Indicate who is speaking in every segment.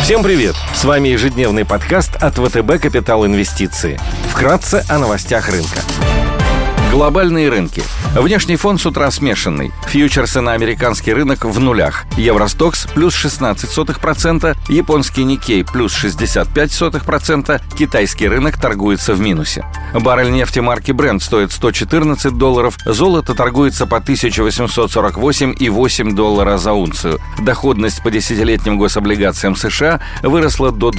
Speaker 1: Всем привет! С вами ежедневный подкаст от ВТБ «Капитал Инвестиции». Вкратце о новостях рынка. Глобальные рынки. Внешний фон с утра смешанный. Фьючерсы на американский рынок в нулях. Евростокс плюс 0,16%, японский Никкей плюс 0,65%, китайский рынок торгуется в минусе. Баррель нефти марки Brent стоит $114, золото торгуется по $1848,8 за унцию. Доходность по десятилетним гособлигациям США выросла до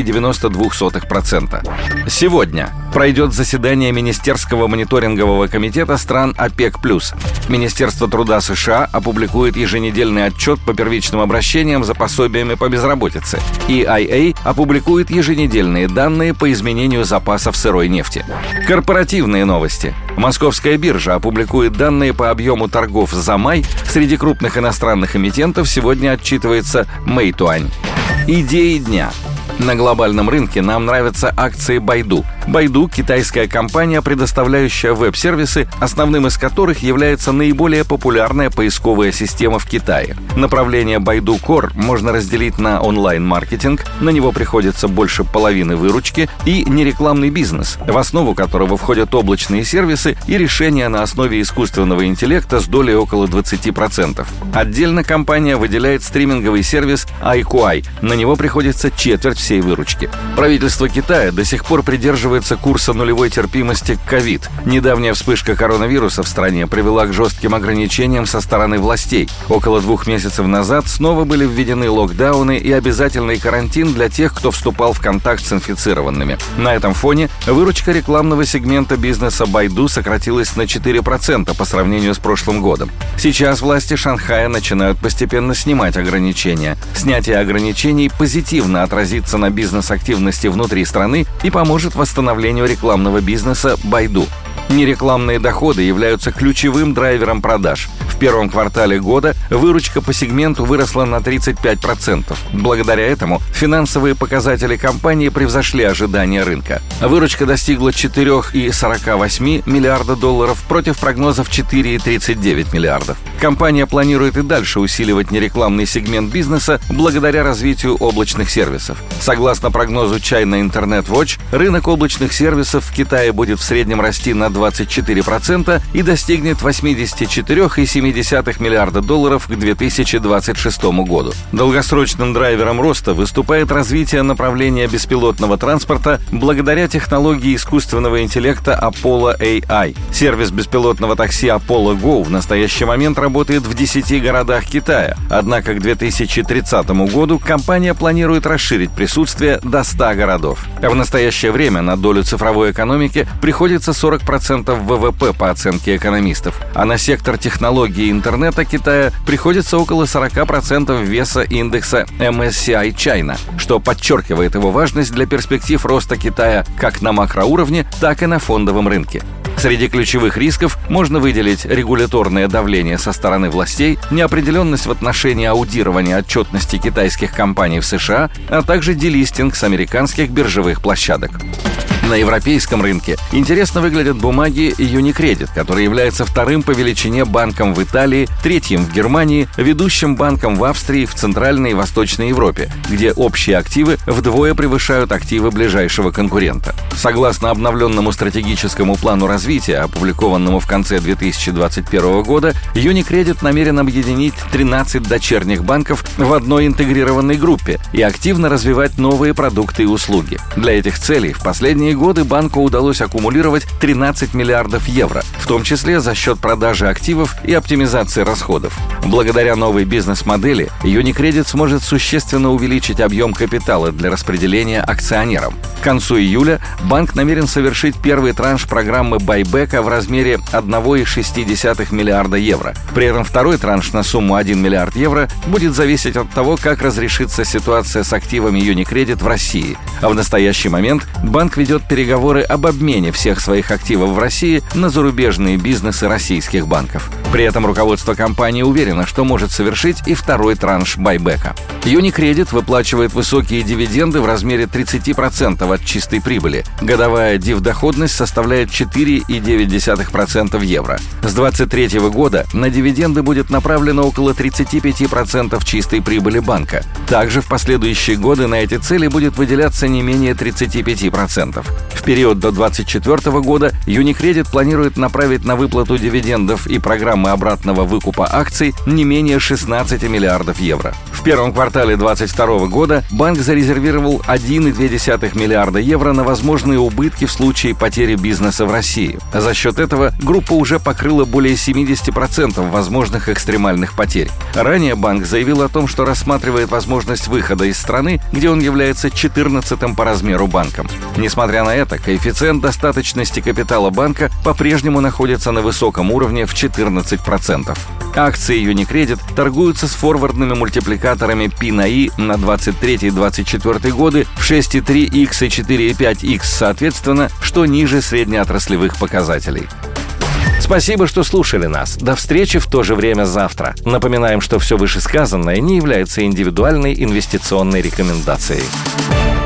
Speaker 1: 2,92%. Сегодня пройдет заседание Министерского мониторингового комитета стран ОПЕК+. Министерство труда США опубликует еженедельный отчет по первичным обращениям за пособиями по безработице. EIA опубликует еженедельные данные по изменению запасов сырой нефти. Корпоративные новости. Московская биржа опубликует данные по объему торгов за май. Среди крупных иностранных эмитентов сегодня отчитывается Мэйтуань. Идеи дня. На глобальном рынке нам нравятся акции Baidu. Baidu – китайская компания, предоставляющая веб-сервисы, основным из которых является наиболее популярная поисковая система в Китае. Направление Baidu Core можно разделить на онлайн-маркетинг, на него приходится больше половины выручки, и нерекламный бизнес, в основу которого входят облачные сервисы и решения на основе искусственного интеллекта с долей около 20%. Отдельно компания выделяет стриминговый сервис iQIYI, на него приходится четверть всей выручки. Правительство Китая до сих пор придерживается курса нулевой терпимости к ковид. Недавняя вспышка коронавируса в стране привела к жестким ограничениям со стороны властей. Около 2 месяцев назад снова были введены локдауны и обязательный карантин для тех, кто вступал в контакт с инфицированными. На этом фоне выручка рекламного сегмента бизнеса Baidu сократилась на 4% по сравнению с прошлым годом. Сейчас власти Шанхая начинают постепенно снимать ограничения. Снятие ограничений позитивно отразится на бизнес-активности внутри страны и поможет восстановлению рекламного бизнеса Baidu. Нерекламные доходы являются ключевым драйвером продаж. В первом квартале года выручка по сегменту выросла на 35%. Благодаря этому финансовые показатели компании превзошли ожидания рынка. Выручка достигла $4,48 миллиарда против прогнозов $4,39 миллиардов. Компания планирует и дальше усиливать нерекламный сегмент бизнеса благодаря развитию облачных сервисов. Согласно прогнозу China Internet Watch, рынок облачных сервисов в Китае будет в среднем расти на 24% и достигнет $84,7 миллиарда к 2026 году. Долгосрочным драйвером роста выступает развитие направления беспилотного транспорта благодаря технологии искусственного интеллекта Apollo AI. Сервис беспилотного такси Apollo Go в настоящий момент работает в 10 городах Китая, однако к 2030 году компания планирует расширить присутствие до 100 городов. В настоящее время на долю цифровой экономики приходится 40% ВВП по оценке экономистов, а на сектор технологий интернета Китая приходится около 40% веса индекса MSCI China, что подчеркивает его важность для перспектив роста Китая как на макроуровне, так и на фондовом рынке. Среди ключевых рисков можно выделить регуляторное давление со стороны властей, неопределенность в отношении аудирования отчетности китайских компаний в США, а также делистинг с американских биржевых площадок. На европейском рынке интересно выглядят бумаги Unicredit, который является вторым по величине банком в Италии, третьим в Германии, ведущим банком в Австрии, в Центральной и Восточной Европе, где общие активы вдвое превышают активы ближайшего конкурента. Согласно обновленному стратегическому плану развития, опубликованному в конце 2021 года, Unicredit намерен объединить 13 дочерних банков в одной интегрированной группе и активно развивать новые продукты и услуги. Для этих целей в последние годы банку удалось аккумулировать 13 миллиардов евро, в том числе за счет продажи активов и оптимизации расходов. Благодаря новой бизнес-модели Unicredit сможет существенно увеличить объем капитала для распределения акционерам. К концу июля банк намерен совершить первый транш программы байбека в размере 1,6 миллиарда евро. При этом второй транш на сумму 1 миллиард евро будет зависеть от того, как разрешится ситуация с активами Unicredit в России. А в настоящий момент банк ведет переговоры об обмене всех своих активов в России на зарубежные бизнесы российских банков. При этом руководство компании уверено, что может совершить и второй транш байбека. Unicredit выплачивает высокие дивиденды в размере 30% от чистой прибыли. Годовая дивдоходность составляет 4,9% в евро. С 2023 года на дивиденды будет направлено около 35% чистой прибыли банка. Также в последующие годы на эти цели будет выделяться не менее 35%. В период до 2024 года Unicredit планирует направить на выплату дивидендов и программы обратного выкупа акций не менее 16 миллиардов евро. В первом квартале 2022 года банк зарезервировал 1,2 миллиарда евро на возможные убытки в случае потери бизнеса в России. За счет этого группа уже покрыла более 70% возможных экстремальных потерь. Ранее банк заявил о том, что рассматривает возможность выхода из страны, где он является 14-м по размеру банком. Несмотря на это, коэффициент достаточности капитала банка по-прежнему находится на высоком уровне в 14%. Акции Unicredit торгуются с форвардными мультипликаторами P на I на 23 и 24 годы в 6,3x и 4,5x соответственно, что ниже среднеотраслевых показателей. Спасибо, что слушали нас. До встречи в то же время завтра. Напоминаем, что все вышесказанное не является индивидуальной инвестиционной рекомендацией.